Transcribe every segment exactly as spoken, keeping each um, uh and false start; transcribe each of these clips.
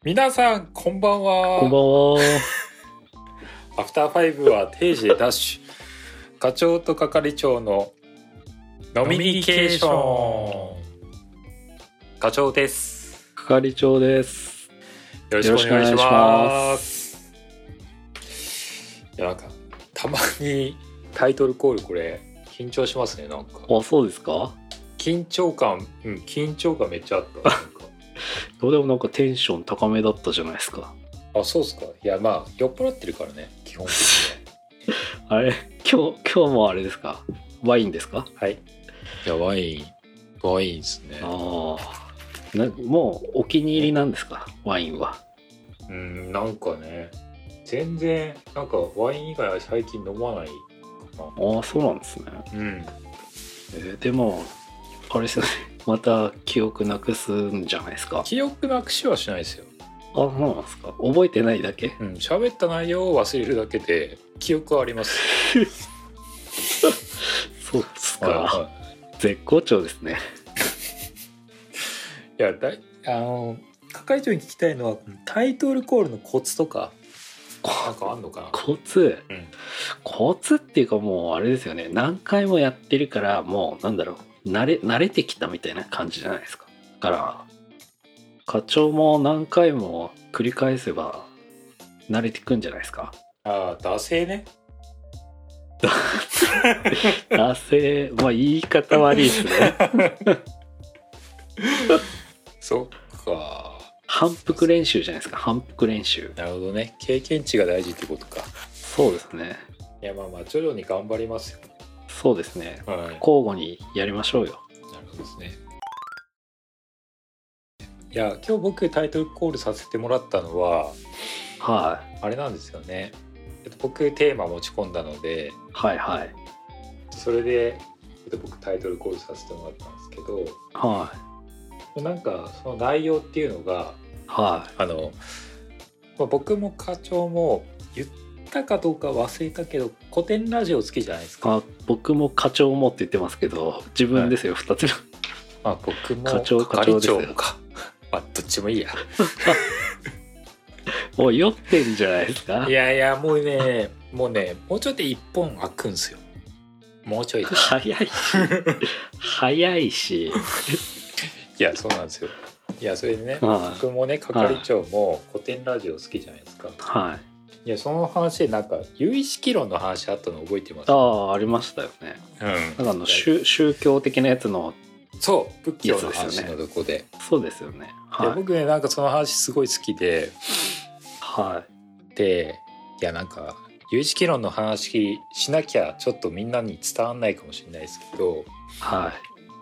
皆さんこんばんは。 こんばんは。 アフターファイブは定時でダッシュ。課長と係長の飲みニケーション。課長です。 係長です。 よろしくお願いします。いやなんかたまにタイトルコールこれ緊張しますね。なんかあ、そうですか。 緊張感、うん、緊張感めっちゃあった。なんかどうでもなんかテンション高めだったじゃないですか。 あ、そうですか。いやまあ酔っ払ってるからね、基本的にあれ、今日今日もあれですか。ワインですか。 はい。いやワインワインですね。 ああ、なもうお気に入りなんですか、ワインは。 うん、なんかね全然なんかワイン以外は最近飲まないかな。 ああ、そうなんですね。 うん。 えーでもあれですね。また記憶なくすんじゃないですか。 記憶なくしはしないですよ。 あ、そうなんですか。覚えてないだけ。 うん、喋った内容を忘れるだけで記憶はあります。 そうですか、 はいは絶好調ですね。 い。いやだいあの係長に聞きたいのはタイトルコールのコツとかなんかあんのかな。 コツ、 うん、 コツっていうかもうあれですよね。何回もやってるからもうなんだろう、慣れ慣れてきたみたいな感じじゃないですか。だから課長も何回も繰り返せば慣れてくんじゃないですか。 ああ、惰性ね。 惰性、まあ言い方悪いですね。 そっか。 反復練習じゃないですか。反復練習。 なるほどね。経験値が大事ってことか。 そうですね。 いやまあまあ徐々に頑張りますよ。 そうですね。 はい。 交互にやりましょうよ。 なるほどですね。いや今日僕タイトルコールさせてもらったのははあれなんですよね。僕テーマ持ち込んだので、 いはいはいそれで僕タイトルコールさせてもらったんですけど、 はいなんかその内容っていうのがはいあの、まあ、僕も課長も言ったかどうか忘れたけど古典ラジオ好きじゃないですか。 あ、僕も課長もって言ってますけど自分ですよ、はい、ふたつ。 まあ僕も課長課長ですよ。 係長もかまあどっちもいいや。 もう酔ってんじゃないですか。 いやいやもうねもうねもうちょっと一本開くんすよ。もうちょいで早いし早いしいやそうなんですよ。いやそれでね、 はい、 僕もね係長も古典ラジオ好きじゃないですか。 はい。 いやその話でなんか有意識論の話あったの覚えてます？ ああ、ありましたよね。うん。なんかあの宗宗教的なやつの、 そう仏教の話のとこで。 そうですよね。はい、 で僕ねなんかその話すごい好きで、 はい。 でいやなんか有意識論の話しなきゃちょっとみんなに伝わんないかもしれないですけど、 はい。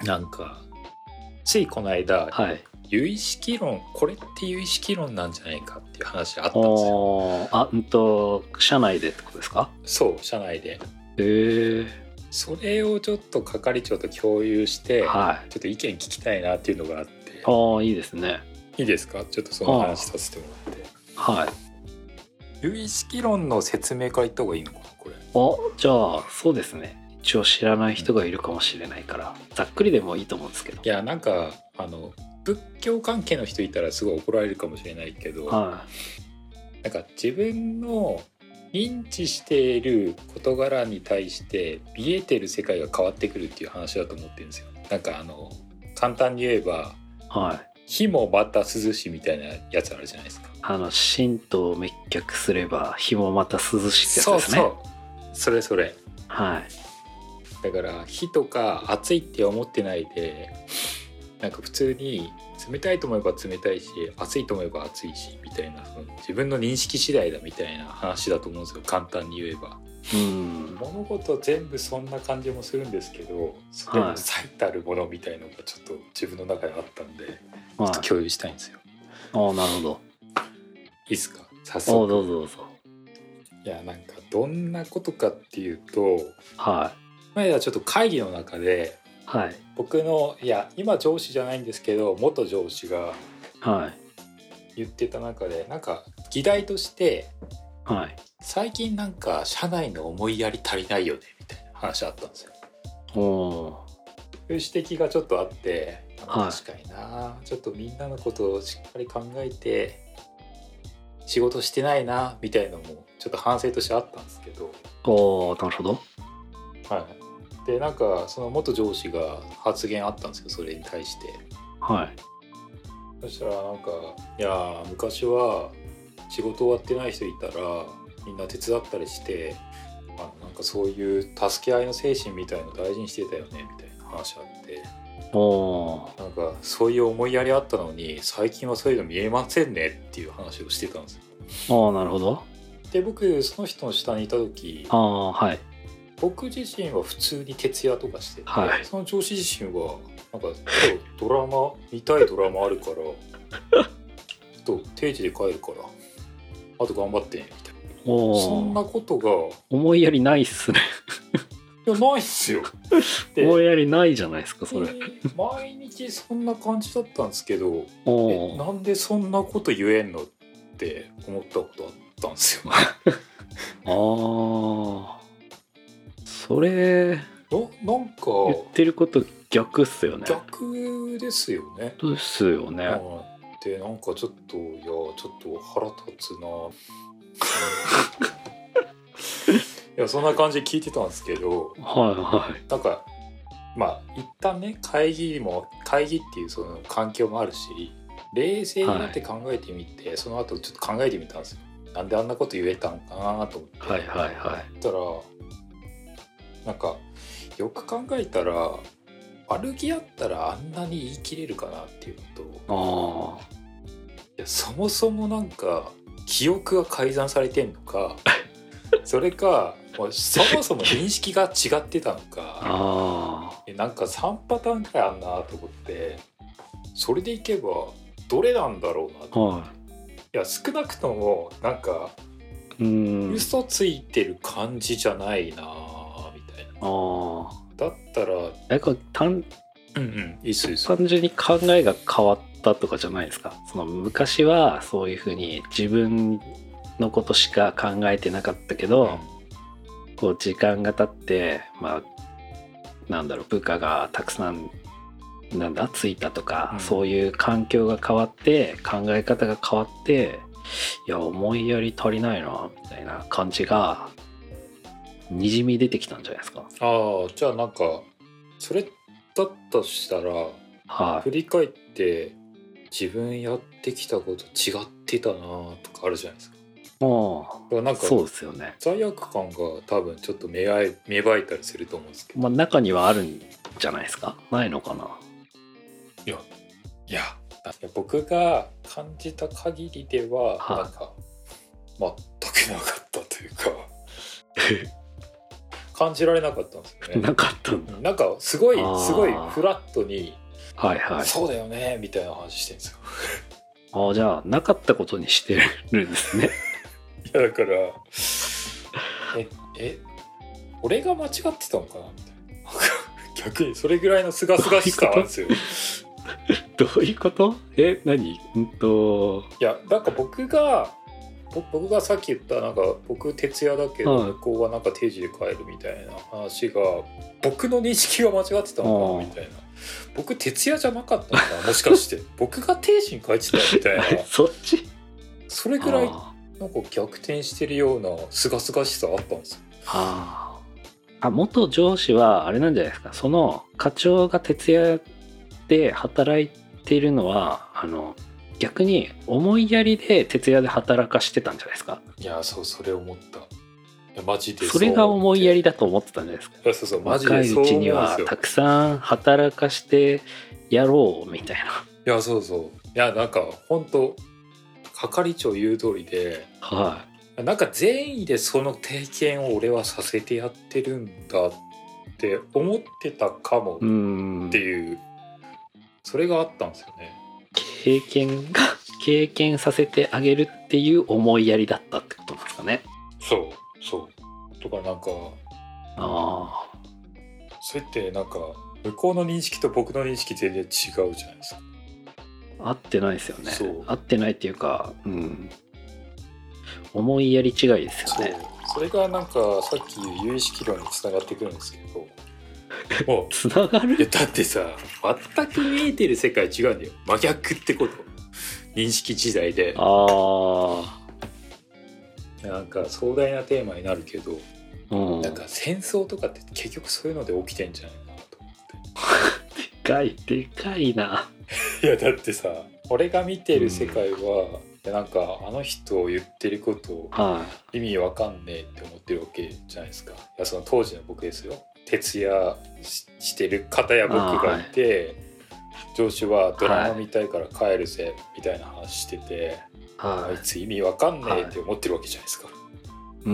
なんかついこの間、 はい、 有意識論これって有意識論なんじゃないかっていう話あったんですよ。 あ、うんと社内でってことですか？ そう社内で。 へえ。 それをちょっと係長と共有して、 はい、 ちょっと意見聞きたいなっていうのがあって。 ああ、いいですね。 いいですか？ちょっとその話させてもらって。 はい。 有意識論の説明から言った方がいいのかなこれ。 あ、じゃあそうですね。一応知らない人がいるかもしれないから、ざっくりでもいいと思うんですけど。 いやなんかあの仏教関係の人いたらすごい怒られるかもしれないけど、 はい、なんか自分の認知している事柄に対して見えてる世界が変わってくるっていう話だと思ってるんですよ。なんかあの簡単に言えば、 はい、 火もまた涼しみたいなやつあるじゃないですか。 あの神道を滅却すれば火もまた涼しいってやつですね。 そうそうそれそれ。 はい。 だから火とか暑いって思ってないで、なんか普通に冷たいと思えば冷たいし暑いと思えば暑いしみたいな、その自分の認識次第だみたいな話だと思うんですよ、簡単に言えば。うん、物事全部そんな感じもするんですけど、それの最たるものみたいのがちょっと自分の中であったんで、はい、ちょっと共有したいんですよ。 ああ、なるほど。 いいっすか？早速。 あ、どうぞどうぞ。 いやなんかどんなことかっていうと、 はい。 前はちょっと会議の中で、 はい、 僕のいや今上司じゃないんですけど元上司が言ってた中で、なんか議題として、 はい、 最近なんか社内の思いやり足りないよねみたいな話あったんですよ。おー。いう指摘がちょっとあって、確かにな、はい、ちょっとみんなのことをしっかり考えて仕事してないなみたいなのもちょっと反省としてあったんですけど、 おー、なるほど。 はい、でなんかその元上司が発言あったんですよ、それに対して。 はい。 そしたらなんか、いや昔は仕事終わってない人いたらみんな手伝ったりして、あなんかそういう助け合いの精神みたいの大事にしてたよねみたいな話あって、 おー。 なんかそういう思いやりあったのに最近はそういうの見えませんねっていう話をしてたんですよ。 ああ、なるほど。 で僕その人の下にいた時、 ああ、はい。 僕自身は普通に徹夜とかしてて、 はいその上司自身はなんかドラマ見たいドラマあるからちょっと定時で帰るからあと頑張ってみたいな、 おそんなことが思いやりないっすね。 いやないっすよ思いやりないじゃないですかそれ。 毎日そんな感じだったんですけど、 おえなんでそんなこと言えんのって思ったことあったんですよ。 ああ、それななんか言ってること逆っすよね。 逆ですよね。 ですよね。 でなんかちょっといやちょっと腹立つな。いやそんな感じで聞いてたんですけど、 はいはい。 なんかまあ一旦ね会議も会議っていうその環境もあるし、冷静になって考えてみて、はい、その後ちょっと考えてみたんですよ。なんであんなこと言えたんかなと思って。 はいはいはい。 たらなんかよく考えたら悪気あったらあんなに言い切れるかなっていうのと、 あいやそもそもなんか記憶が改ざんされてんのかそれかそもそも認識が違ってたのかあなんかさんパターンくらいあんなと思って、それでいけばどれなんだろうなと、はい、いや少なくともなんかうん嘘ついてる感じじゃないなみたいな。 あだったらなんか単、 うんうん、いいっすいいっす。 単純に考えが変わったとかじゃないですか。その昔はそういうふうに自分のことしか考えてなかったけど、うん、こう時間が経ってまあなんだろう部下がたくさんなんだついたとか、うん、そういう環境が変わって考え方が変わっていや思いやり足りないなみたいな感じがにじみ出てきたんじゃないですか。 ああ、じゃあなんかそれだったとしたら、はい、振り返って自分やってきたこと違ってたなとかあるじゃないですか。 ああ、なんかそうですよね。 罪悪感が多分ちょっと芽生え、芽生えたりすると思うんですけど、 まあ中にはあるんじゃないですか。ないのかな。 いやいや僕が感じた限りでは、はなんか全くなかったというか感じられなかったんですよね。 なかったんだ。 なんかすごいすごいフラットに、 はいはい、 そうだよねみたいな話してるんですよ。 ああ、じゃあなかったことにしてるんですね。 いやだからええ俺が間違ってたのかなみたいな。逆にそれぐらいのすがすがしさあるんですよ。 どういうこと？え、何？うんといやなんか僕が僕がさっき言ったなんか僕徹夜だけど向こうはなんか定時で帰るみたいな話が僕の認識が間違ってたのかなみたいな。僕徹夜じゃなかったのかなもしかして僕が定時に帰ってたみたいな。 そっち？ それぐらいなんか逆転してるようなすがすがしさあったんですよ。 はあ、あ元上司はあれなんじゃないですか。その課長が徹夜で働いているのはあの逆に思いやりで徹夜で働かしてたんじゃないですか。 いやそうそれ思った。いやマジでそれが思いやりだと思ってたんじゃないですか。 いやそうそうマジでそう思うんですよ。 若いうちにはたくさん働かしてやろうみたいな。いやそうそういやなんか本当係長言う通りで、 はい、 なんか善意でその提言を俺はさせてやってるんだって思ってたかもっていうそれがあったんですよね。 経験が経験させてあげるっていう思いやりだったってことなんですかね。 そうそうとかなんかあそれってなんか向こうの認識と僕の認識全然違うじゃないですか。 合ってないですよね。合ってないっていうか、うん、思いやり違いですよね。 そうそれがなんかさっき言う有意識論につながってくるんですけどもうつながる？ いやだってさ全く見えてる世界違うんだよ。真逆ってこと認識時代で。 あなんか壮大なテーマになるけど、 うん、 なんか戦争とかって結局そういうので起きてんじゃないかなと思って。 でかいでかいな。 いやだってさ、俺が見てる世界は、うん、なんかあの人言ってること意味わかんねえって思ってるわけじゃないですか。いやその当時の僕ですよ。徹夜 し, してる方や僕がいて、はい、上司はドラマ見たいから帰るぜみたいな話してて、はい、あいつ意味わかんねえって思ってるわけじゃないですか。はい、うん、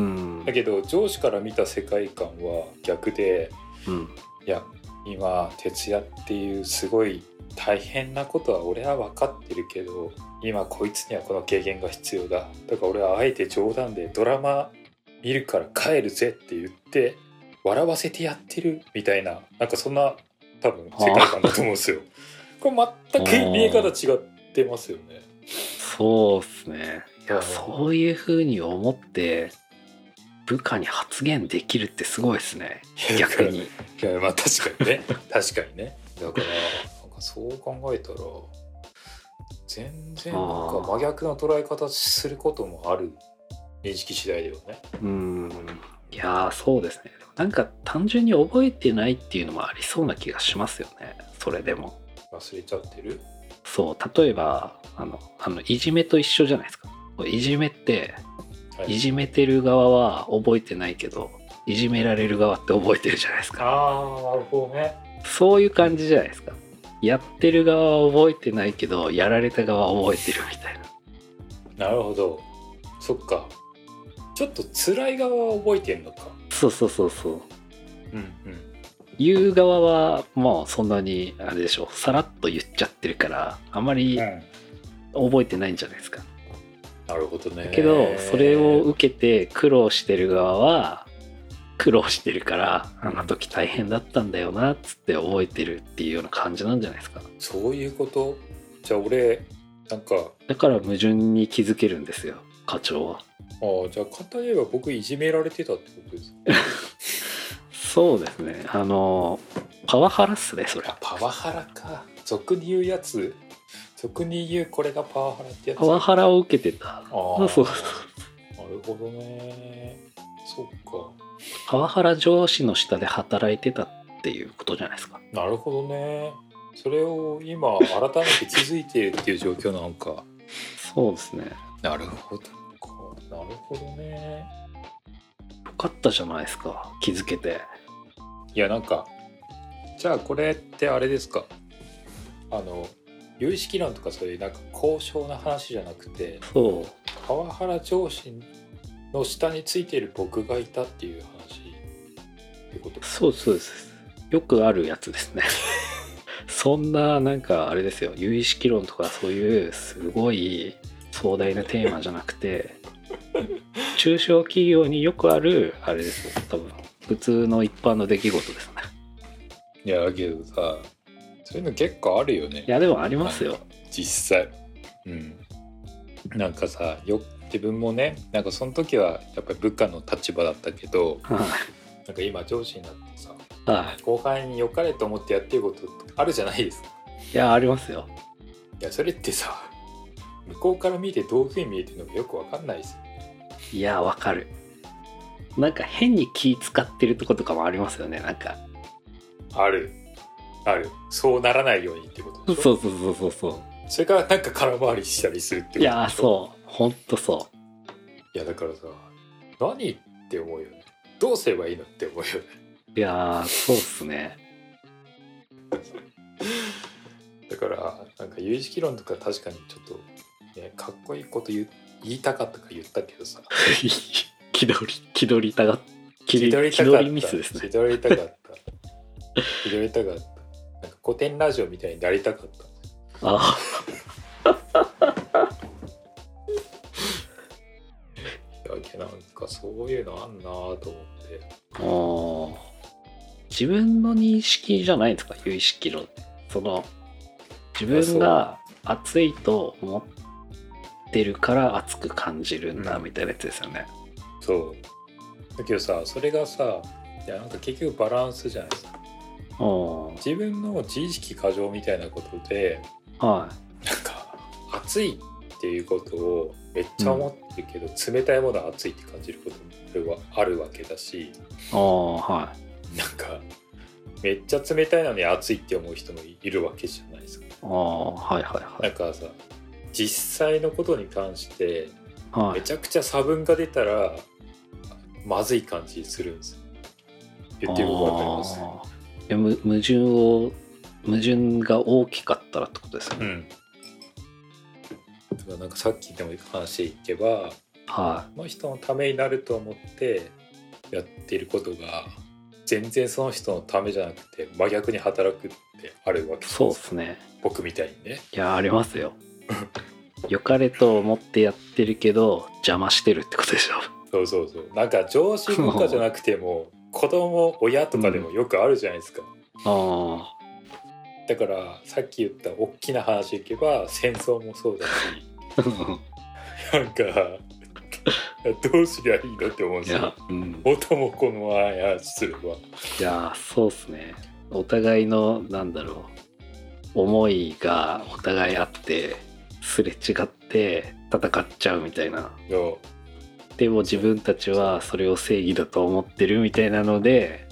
だけど上司から見た世界観は逆で、うん、いや今徹夜っていうすごい大変なことは俺は分かってるけど、今こいつにはこの経験が必要だ、だから俺はあえて冗談でドラマ見るから帰るぜって言って笑わせてやってるみたいな、なんかそんな多分世界観だと思うんですよ。これ全く見え方違ってますよね。 そうっすね。いやそういう風に思って部下に発言できるってすごいですね。逆に。いやまあ確かにね確かにね。だからなんかそう考えたら全然なんか真逆の捉え方することもある認識次第だよね。 うん、いやそうですね。なんか単純に覚えてないっていうのもありそうな気がしますよね。それでも忘れちゃってる。 そう例えばあのあのいじめと一緒じゃないですか。いじめって、はい、いじめてる側は覚えてないけどいじめられる側って覚えてるじゃないですか。 ああなるほどね。 そういう感じじゃないですか。やってる側は覚えてないけどやられた側は覚えてるみたいな。なるほど。そっか。ちょっと辛い側は覚えてんのか。 そうそうそうそう。 うんうん。 言う側はもうそんなにあれでしょ、さらっと言っちゃってるからあまり覚えてないんじゃないですか。 うん、なるほどね。 だけどそれを受けて苦労してる側は苦労してるからあの時大変だったんだよなっつって覚えてるっていうような感じなんじゃないですか。 そういうこと。じゃあ俺なんかだから矛盾に気づけるんですよ課長は。 ああじゃあ簡単に言えば僕いじめられてたってことですか。 そうですね。あのパワハラっすねそれ。 パワハラか。俗に言うやつ。俗に言うこれがパワハラってやつ。 パワハラを受けてた。 ああそうなるほどね。そっか。 パワハラ上司の下で働いてたっていうことじゃないですか。 なるほどね。それを今改めて気づいているっていう状況なのか。 そうですね。 なるほどか。なるほどね。 よかったじゃないですか気づけて。 いやなんかじゃあこれってあれですか、あの有識論とかそういうなんか高尚な話じゃなくて、 そうパワハラ上司の下についている僕がいたっていう話ってこと。 そうそうです。よくあるやつですね。そんななんかあれですよ、有意識論とかそういうすごい壮大なテーマじゃなくて中小企業によくあるあれですよ。多分普通の一般の出来事ですね。 いやだけどさそういうの結構あるよね。 いやでもありますよ実際。うんなんかさよ自分もねなんかその時はやっぱり部下の立場だったけど、はい、なんか今上司になってさ、はい、後輩に良かれと思ってやってることあるじゃないですか。 いやありますよ。 いやそれってさ向こうから見てどういう風に見えてるのかよく分かんないですよ。 いやわかる。なんか変に気使ってるとことかもありますよね。なんかあるある。そうならないようにってことでしょ。 そうそうそうそうそう。 それからなんか空回りしたりするってことでしょ。 いやそうほんとそう。 いやだからさ何って思うよね。どうすればいいのって思うよね。 いやそうっすね。 だからなんか有意識論とか確かにちょっと、ね、かっこいいこと 言, 言いたかったか言ったけどさ気取り気取りたが気取りたかったミスですね。 気取りたかった気取りたかった。なんか古典ラジオみたいになりたかった。あいやなんかそういうのあんなと思って。 あ自分の認識じゃないですか有意識論って。その自分が熱いと思ってるから熱く感じるんだみたいなやつですよね、 うん、そうだけどさそれがさいやなんか結局バランスじゃないですか。自分の自意識過剰みたいなことで、はい、なんか熱いっっていうことをめっちゃ思ってるけど、うん、冷たいものは熱いって感じることもあるわけだし、 ああはい、 なんかめっちゃ冷たいのに熱いって思う人もいるわけじゃないですか。 ああはいはいはい。 なんかさ、実際のことに関して、 はい、 めちゃくちゃ差分が出たらまずい感じするんですよ。言ってることわかります？ いやむ矛盾を矛盾が大きかったらってことですよね。 うん。だからなんかさっきでも話いけば、 はい、 この人のためになると思ってやっていることが全然その人のためじゃなくて真逆に働くってあるわけです。 そうですね。 僕みたいにね。 いやありますよ。良かれと思ってやってるけど邪魔してるってことでしょ。 そうそうそう。なんか上司部下じゃなくても子供親とかでもよくあるじゃないですか。 うん、あだからさっき言った大きな話いけば戦争もそうだしなんかどうすりゃいいのって思うんですよ。うん、元も子の話すれば。 いやそうっすね。お互いのなんだろう思いがお互いあってすれ違って戦っちゃうみたいな。でも自分たちはそれを正義だと思ってるみたいなので、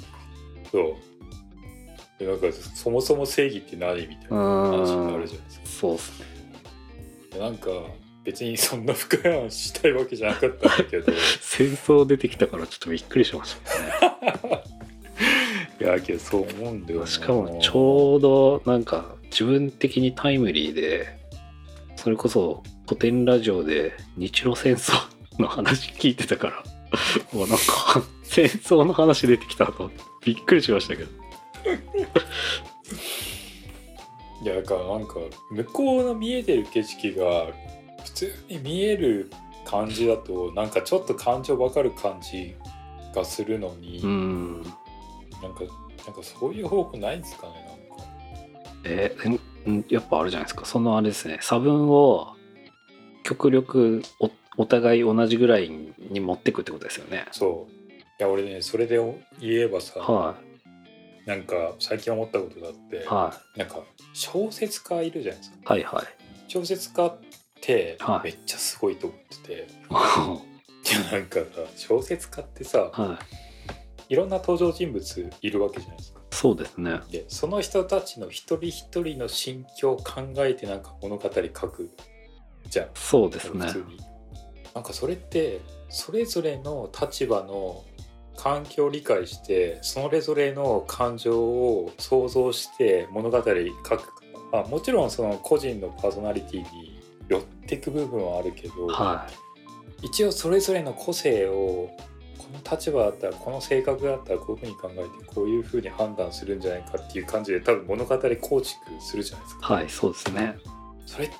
そうでなんかそもそも正義って何みたいな話になるじゃないですか。 そうっすね。 なんか別にそんな深い話したいわけじゃなかったんだけど戦争出てきたからちょっとびっくりしましたね。 いやけどそう思うんだよな。 しかもちょうどなんか自分的にタイムリーで、それこそ古典ラジオで日露戦争の話聞いてたからもうなんか戦争の話出てきたとびっくりしましたけどいやだからなんか向こうの見えてる景色が普通に見える感じだとなんかちょっと感情わかる感じがするのに、 うんなんかなんかそういう方法ないんですかね。なんかえー、やっぱあるじゃないですか。そのあれですね、差分を極力 お, お互い同じぐらいに持ってくってことですよね。 そういや俺ねそれで言えばさ、 はい、 なんか最近思ったことがあって、 はい、 なんか小説家いるじゃないですか。 はいはい。 小説家ってめっちゃすごいと思ってて、 はい、 いやなんかさ小説家ってさ、はい、いろんな登場人物いるわけじゃないですか。 そうですね。 でその人たちの一人一人の心境を考えてなんか物語書くじゃん。 そうですね。 普通になんかそれってそれぞれの立場の環境を理解してそれぞれの感情を想像して物語書く、まあ、もちろんその個人のパーソナリティに寄っていく部分はあるけど、 はい、 一応それぞれの個性をこの立場だったらこの性格だったらこういうふうに考えてこういうふうに判断するんじゃないかっていう感じで多分物語構築するじゃないですか。 はい、そうですね。 それって、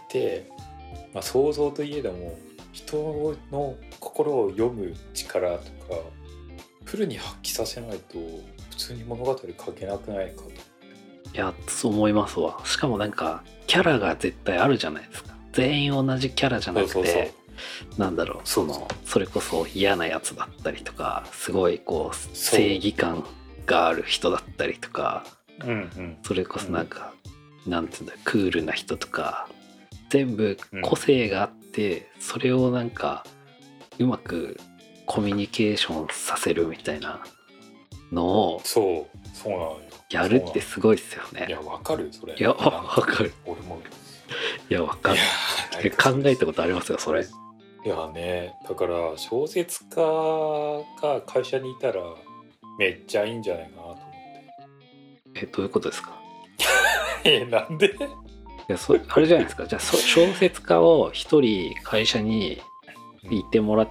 まあ、想像といえども人の心を読む力とかフルに発揮させないと普通に物語書けなくないかと。 いやそう思いますわ。しかもなんかキャラが絶対あるじゃないですか。全員同じキャラじゃなくて、そうそうそうなんだろうそのそれこそ嫌なやつだったりとかすごいこう正義感がある人だったりとか、 うんうん、 それこそなんか、うん、なんていうんだクールな人とか全部個性があって、うん、それをなんかうまくコミュニケーションさせるみたいなのをそうそうなのよ。 やるってすごいっすよね。 いやわかるそれ。 いやわかる。 俺もいやわかる。考えたことありますよそれ。 いやねだから小説家が会社にいたらめっちゃいいんじゃないかなと思って。 えどういうことですか？ えなんで？いやそあれじゃないですか。じゃあ小説家を一人会社にいてもらって、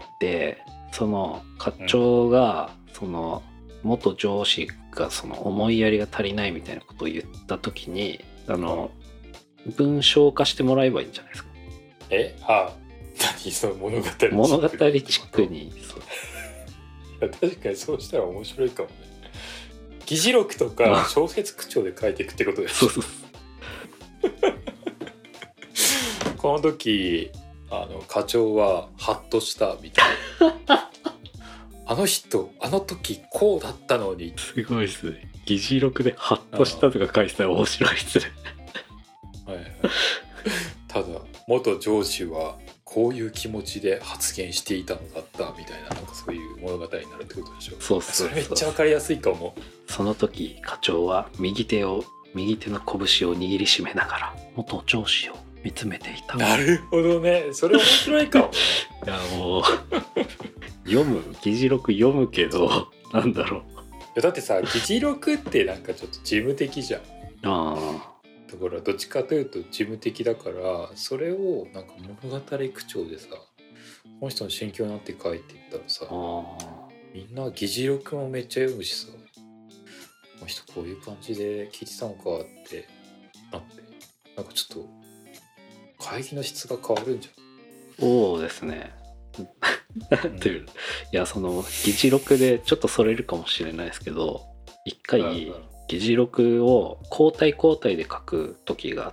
うん、その課長が、うん、その元上司がその思いやりが足りないみたいなことを言った時にあの、うん、文章化してもらえばいいんじゃないですか。 えあ何その物語チック物語チックにそういや確かにそうしたら面白いかもね。議事録とか小説口調で書いていくってことです。 そうそうこの時あの課長はハッとしたみたいなあの人あの時こうだったのにすごいですね。議事録でハッとしたとか書いてたら面白いですね。 はいはい、ただ元上司はこういう気持ちで発言していたのだったみたいな、なんかそういう物語になるってことでしょ。 そうそうそう。 それめっちゃわかりやすいかも。 その時課長は右手を右手の拳を握りしめながら元上司を見つめていた。 なるほどね、それ面白いかもね。 いやもう読む議事録読むけどなんだろう。 いやだってさ、議事録ってなんかちょっと事務的じゃん。 あだからどっちかというと事務的だから、それをなんか物語口調でさ、この人の心境になって書いていったらさ、 あみんな議事録もめっちゃ読むしさ、この人こういう感じで聞いてたのかってなって、なんかちょっと会議の質が変わるんじあそうですね。なんていう、いやその議事録でちょっとそれるかもしれないですけど、一回、 うんうん、 議事録を交代交代で書く時があって、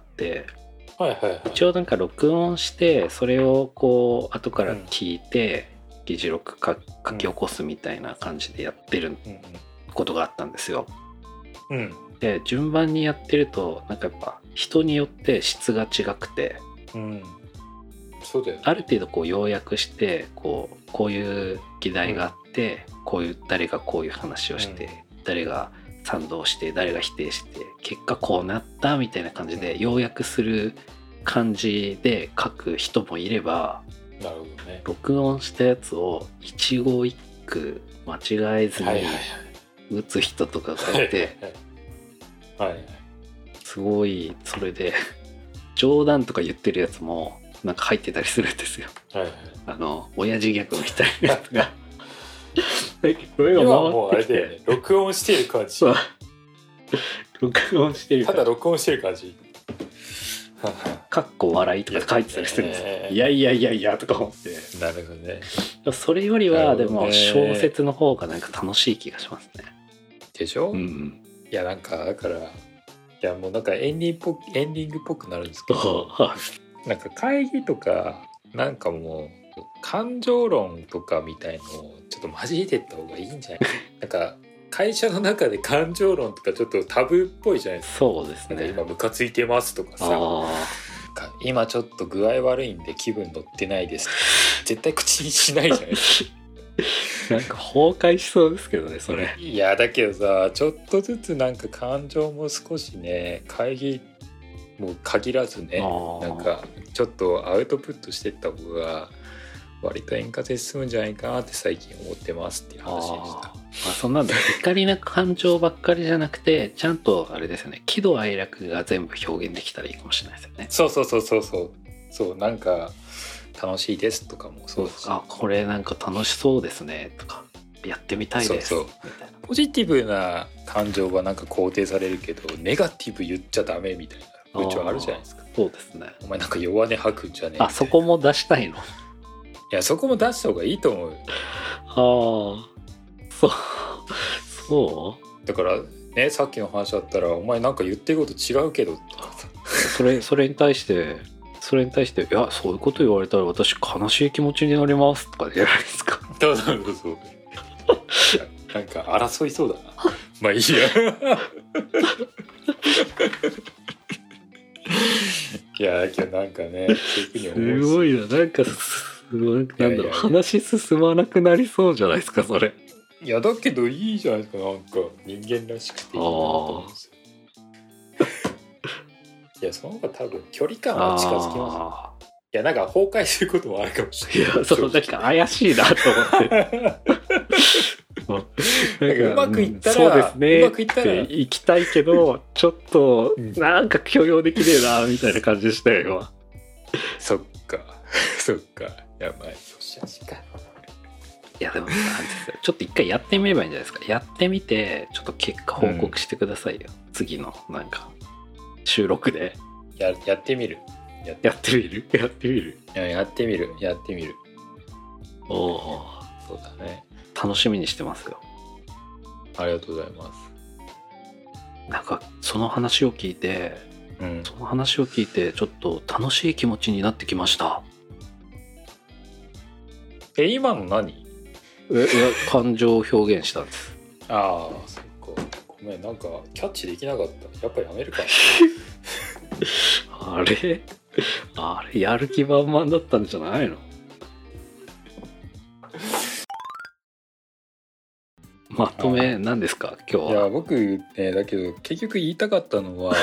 はいはいはい、 一応なんか録音してそれをこう後から聞いて、うん、議事録か書き起こすみたいな感じでやってることがあったんですよ。 うん、 で順番にやってるとなんかやっぱ人によって質が違くて、 うん、そうだよね、 ある程度こう要約してこうこういう議題があって、うん、こういう誰がこういう話をして、うん、誰が賛同して誰が否定して結果こうなったみたいな感じで要約する感じで書く人もいれば、 なるほどね、 録音したやつを一語一句間違えずに打つ人とかがいて、 はいはいはい、 すごいそれで冗談とか言ってるやつもなんか入ってたりするんですよ。 はいはい、 あの親父ギャグみたいなやつが今もうあれだよね、録音してる感じ。 録音してるただ録音してる感じ。 かっこ笑いとか書いてたりするんですよ、えー、いやいやいやいやとか思って。 なるほどね。 それよりはでも小説の方がなんか楽しい気がしますね。 でしょ、 うん、 いやなんかだからいやもうなんかエンディングっぽエンディングっぽくなるんですけどなんか会議とかなんかもう感情論とかみたいのをちょっと交えてった方がいいんじゃないなんか会社の中で感情論とかちょっとタブーっぽいじゃないですか。 そうですね。 なんか今ムカついてますとかさ、か今ちょっと具合悪いんで気分乗ってないですとか絶対口にしないじゃないですかなんか崩壊しそうですけどねそれ。 いやだけどさ、ちょっとずつなんか感情も少しね、会議も限らずね、なんかちょっとアウトプットしていった方が割と円滑に進むんじゃないかなって最近思ってますっていう話でした。 ああ、そんなんだ怒りな感情ばっかりじゃなくてちゃんとあれですよね、喜怒哀楽が全部表現できたらいいかもしれないですよね。 そうそうそうそうそうそうなんか楽しいですとかもそうだし、 あこれなんか楽しそうですねとかやってみたいですそうそうみたいな。 ポジティブな感情はなんか肯定されるけどネガティブ言っちゃダメみたいな風潮あるじゃないですか。 そうですね。 お前なんか弱音吐くんじゃねえ。 あそこも出したいの。 いやそこも出した方がいいと思う。 ああそうそうだからね、さっきの話だったらお前なんか言ってること違うけどとかさそれそれに対してそれに対していやそういうこと言われたら私悲しい気持ちになりますとかでやるんですか。 そうそうそうそうなんか争いそうだなまあいいやいや今日なんかねそういうふうに思う。 すごいな、なんかすごいなんだろう、いやいやいや話進まなくなりそうじゃないですかそれ。 いやだけどいいじゃないですか、なんか人間らしくていいなと思うんですよいやその方が多分距離感は近づきます。いやなんか崩壊することもあるかもしれない。 いやそうなんか怪しいなと思ってなんかうまくいったら、 そうですねうまくいったらって行きたいけどちょっとなんか許容できねえなみたいな感じでしたよ今。 そっかそっか、やばい、よしよしか。 いやでもなんですよ、ちょっと一回やってみればいいんじゃないですか。やってみてちょっと結果報告してくださいよ、うん、次のなんか収録でや, やってみるやってやってみるやってみるいややってみるやってみる。 おおそうだね、 楽しみにしてますよ。 ありがとうございます。 なんかその話を聞いて、 うん、 その話を聞いてちょっと楽しい気持ちになってきました。 え今の何？ えいや感情を表現したんです。 ああそっか、ごめんなんかキャッチできなかった。やっぱやめるかなあれあれやる気満々だったんじゃないの？まとめ何ですか今日は？ いや僕ねだけど結局言いたかったのは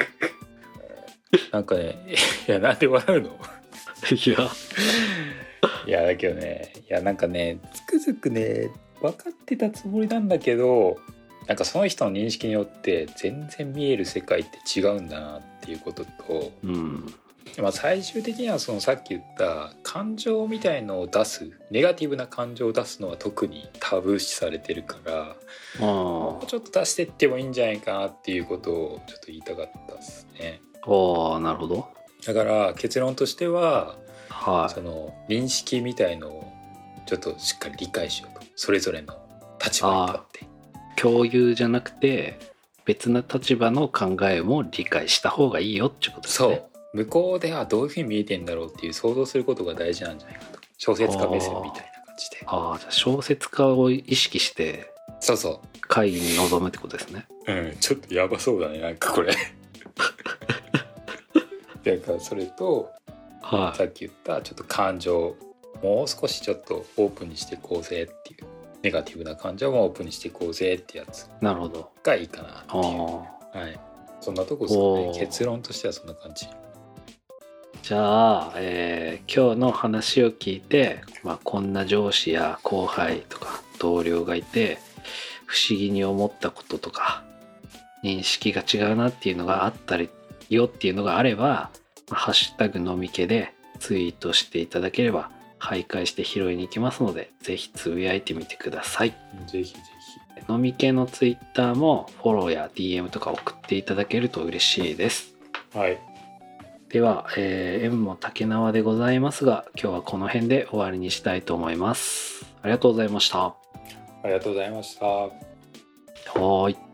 なんかねいやなんで笑うのいやいやだけどねいやなんかねつくづくね分かってたつもりなんだけどなんかその人の認識によって全然見える世界って違うんだなっていうことと、 うんまあ、最終的にはそのさっき言った感情みたいのを出すネガティブな感情を出すのは特にタブー視されてるからあもうちょっと出してってもいいんじゃないかなっていうことをちょっと言いたかったですね。 ああなるほど。 だから結論としては、 はい、 その認識みたいのをちょっとしっかり理解しようとそれぞれの立場に立って共有じゃなくて別な立場の考えも理解した方がいいよってことですね。 そう向こうではどういうふうに見えてんだろうっていう想像することが大事なんじゃないかと小説家目線みたいな感じでああじゃあ小説家を意識してそうそ会議に臨むってことですね。 ううんちょっとやばそうだねなんかこれだからそれと、 はい、 さっき言ったちょっと感情もう少しちょっとオープンにしていこうぜっていうネガティブな感情もオープンにしていこうぜってやつなるほどがいいかなっていうあ、 はい、そんなとこですかね。結論としてはそんな感じ。 じゃあ、えー今日の話を聞いて、まあ、こんな上司や後輩とか同僚がいて不思議に思ったこととか認識が違うなっていうのがあったりよっていうのがあれば、まあハッシュタグ飲み気でツイートしていただければ徘徊して拾いに行きますのでぜひつぶやいてみてください。 ぜひぜ飲み気のツイッターもフォローや ディーエム とか送っていただけると嬉しいです。 ひ。はい。 では、えー、縁も竹縄でございますが今日はこの辺で終わりにしたいと思います。ありがとうございました。 ありがとうございました。 はーい。